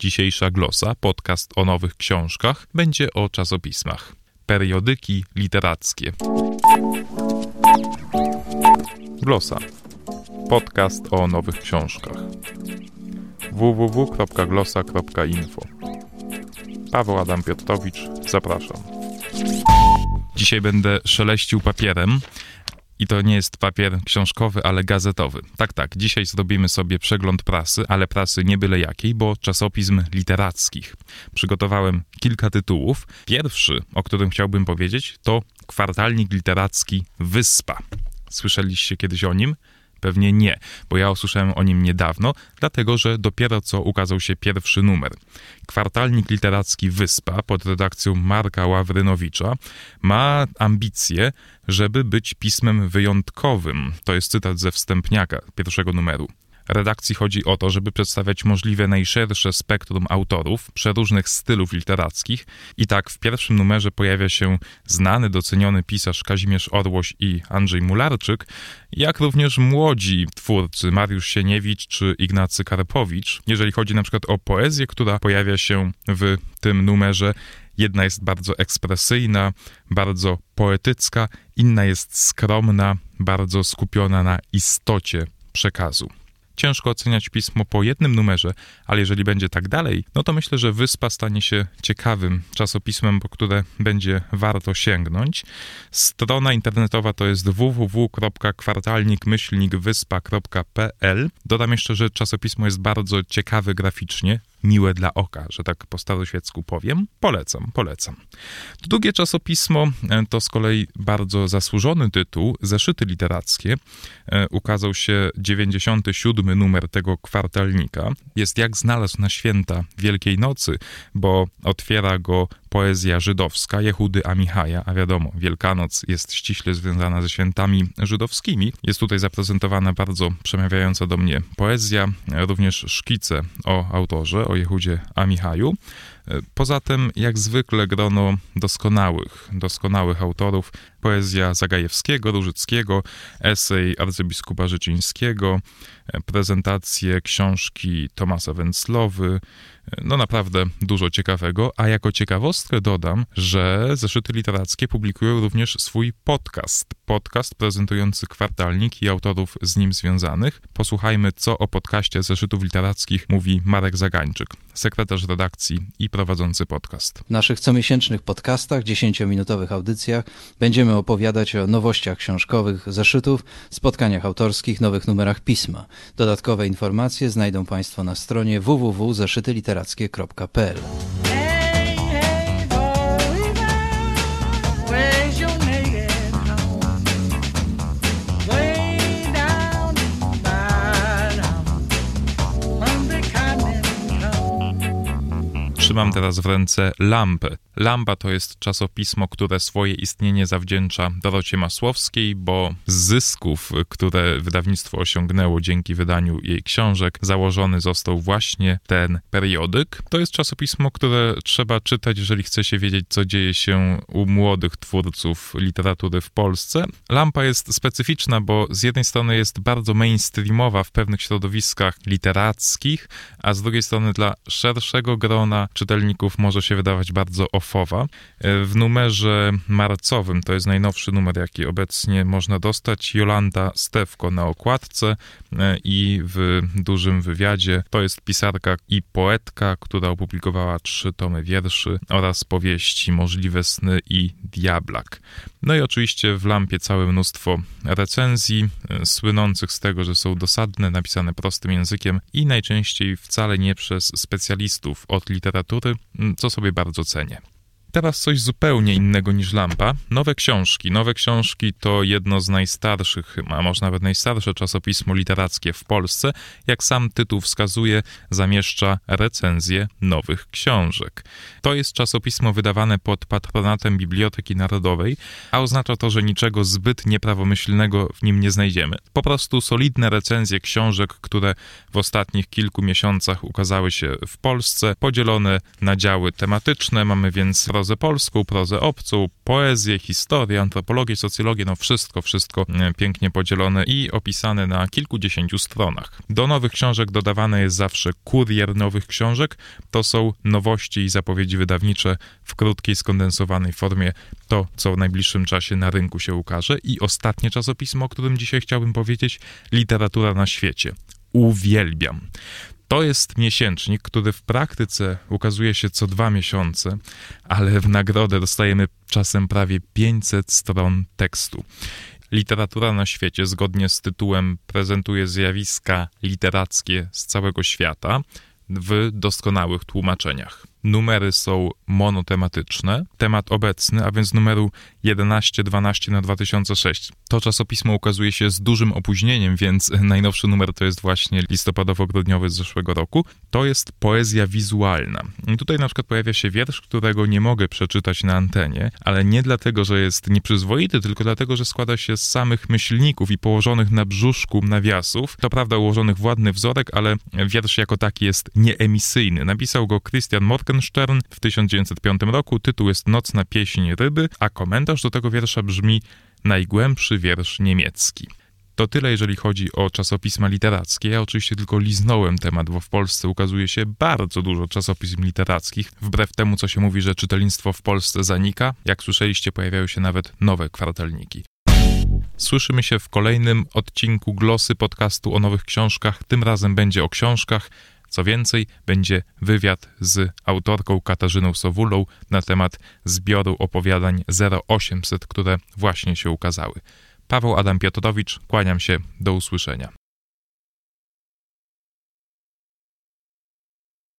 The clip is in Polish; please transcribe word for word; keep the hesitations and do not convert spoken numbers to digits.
Dzisiejsza glosa, podcast o nowych książkach, będzie o czasopismach. Periodyki literackie. Glosa. Podcast o nowych książkach. w w w kropka glosa kropka info. Paweł Adam Piotrowicz, zapraszam. Dzisiaj będę szeleścił papierem. I to nie jest papier książkowy, ale gazetowy. Tak, tak, dzisiaj zrobimy sobie przegląd prasy, ale prasy nie byle jakiej, bo czasopism literackich. Przygotowałem kilka tytułów. Pierwszy, o którym chciałbym powiedzieć, to kwartalnik literacki Wyspa. Słyszeliście kiedyś o nim? Pewnie nie, bo ja usłyszałem o nim niedawno, dlatego że dopiero co ukazał się pierwszy numer. Kwartalnik literacki Wyspa pod redakcją Marka Ławrynowicza ma ambicje, żeby być pismem wyjątkowym. To jest cytat ze wstępniaka pierwszego numeru. Redakcji chodzi o to, żeby przedstawiać możliwe najszersze spektrum autorów przeróżnych stylów literackich. I tak w pierwszym numerze pojawia się znany, doceniony pisarz Kazimierz Orłoś i Andrzej Mularczyk, jak również młodzi twórcy Mariusz Sieniewicz czy Ignacy Karpowicz. Jeżeli chodzi na przykład o poezję, która pojawia się w tym numerze, jedna jest bardzo ekspresyjna, bardzo poetycka, inna jest skromna, bardzo skupiona na istocie przekazu. Ciężko oceniać pismo po jednym numerze, ale jeżeli będzie tak dalej, no to myślę, że Wyspa stanie się ciekawym czasopismem, po które będzie warto sięgnąć. Strona internetowa to jest w w w kropka kwartalnik myślnik wyspa kropka p l. Dodam jeszcze, że czasopismo jest bardzo ciekawe graficznie, miłe dla oka, że tak po staroświecku powiem. Polecam, polecam. Drugie czasopismo to z kolei bardzo zasłużony tytuł, Zeszyty literackie. Ukazał się dziewięćdziesiąty siódmy numer tego kwartalnika. Jest jak znalazł na święta Wielkiej Nocy, bo otwiera go poezja żydowska Jehudy Amichaja, a wiadomo, Wielkanoc jest ściśle związana ze świętami żydowskimi. Jest tutaj zaprezentowana bardzo przemawiająca do mnie poezja, również szkice o autorze, o Jehudzie Amichaju. Poza tym, jak zwykle, grono doskonałych, doskonałych autorów, poezja Zagajewskiego, Różyckiego, esej arcybiskupa Życińskiego, prezentacje książki Tomasa Węclowy, no naprawdę dużo ciekawego, a jako ciekawostkę dodam, że Zeszyty literackie publikują również swój podcast, podcast prezentujący kwartalnik i autorów z nim związanych. Posłuchajmy, co o podcaście Zeszytów literackich mówi Marek Zagańczyk, sekretarz redakcji i prowadzący podcast. W naszych comiesięcznych podcastach, dziesięciominutowych audycjach będziemy opowiadać o nowościach książkowych zeszytów, spotkaniach autorskich, nowych numerach pisma. Dodatkowe informacje znajdą Państwo na stronie w w w kropka zeszyty literackie kropka p l. Trzymam teraz w ręce Lampę. Lampa to jest czasopismo, które swoje istnienie zawdzięcza Dorocie Masłowskiej, bo z zysków, które wydawnictwo osiągnęło dzięki wydaniu jej książek, założony został właśnie ten periodyk. To jest czasopismo, które trzeba czytać, jeżeli chce się wiedzieć, co dzieje się u młodych twórców literatury w Polsce. Lampa jest specyficzna, bo z jednej strony jest bardzo mainstreamowa w pewnych środowiskach literackich, a z drugiej strony dla szerszego grona czytelników może się wydawać bardzo ofowa. W numerze marcowym, to jest najnowszy numer, jaki obecnie można dostać, Jolanta Stewko na okładce i w dużym wywiadzie. To jest pisarka i poetka, która opublikowała trzy tomy wierszy oraz powieści Możliwe sny i Diablak. No i oczywiście w Lampie całe mnóstwo recenzji, słynących z tego, że są dosadne, napisane prostym językiem i najczęściej wcale nie przez specjalistów od literatury, co sobie bardzo cenię. Teraz coś zupełnie innego niż Lampa. Nowe książki. Nowe książki to jedno z najstarszych, a może nawet najstarsze czasopismo literackie w Polsce. Jak sam tytuł wskazuje, zamieszcza recenzje nowych książek. To jest czasopismo wydawane pod patronatem Biblioteki Narodowej, a oznacza to, że niczego zbyt nieprawomyślnego w nim nie znajdziemy. Po prostu solidne recenzje książek, które w ostatnich kilku miesiącach ukazały się w Polsce, podzielone na działy tematyczne. Mamy więc roz prozę polską, prozę obcą, poezję, historię, antropologię, socjologię, no wszystko, wszystko pięknie podzielone i opisane na kilkudziesięciu stronach. Do nowych książek dodawany jest zawsze kurier nowych książek. To są nowości i zapowiedzi wydawnicze w krótkiej, skondensowanej formie. To, co w najbliższym czasie na rynku się ukaże. I ostatnie czasopismo, o którym dzisiaj chciałbym powiedzieć, Literatura na świecie. Uwielbiam. To jest miesięcznik, który w praktyce ukazuje się co dwa miesiące, ale w nagrodę dostajemy czasem prawie pięćset stron tekstu. Literatura na świecie, zgodnie z tytułem, prezentuje zjawiska literackie z całego świata w doskonałych tłumaczeniach. Numery są monotematyczne, temat obecny, a więc numeru jedenaście dwanaście na dwa tysiące sześć. To czasopismo ukazuje się z dużym opóźnieniem, więc najnowszy numer to jest właśnie listopadowo-grudniowy z zeszłego roku. To jest poezja wizualna. I tutaj na przykład pojawia się wiersz, którego nie mogę przeczytać na antenie, ale nie dlatego, że jest nieprzyzwoity, tylko dlatego, że składa się z samych myślników i położonych na brzuszku nawiasów. To prawda ułożonych w ładny wzorek, ale wiersz jako taki jest nieemisyjny. Napisał go Christian Morgenstern w tysiąc dziewięćset piątym roku. Tytuł jest Nocna pieśń ryby, a komentarz do tego wiersza brzmi Najgłębszy wiersz niemiecki. To tyle, jeżeli chodzi o czasopisma literackie. Ja oczywiście tylko liznąłem temat, bo w Polsce ukazuje się bardzo dużo czasopism literackich. Wbrew temu, co się mówi, że czytelnictwo w Polsce zanika, jak słyszeliście, pojawiają się nawet nowe kwartalniki. Słyszymy się w kolejnym odcinku Glosy podcastu o nowych książkach. Tym razem będzie o książkach. Co więcej, będzie wywiad z autorką Katarzyną Sowulą na temat zbioru opowiadań zero osiemset, które właśnie się ukazały. Paweł Adam Piotrowicz, kłaniam się, do usłyszenia.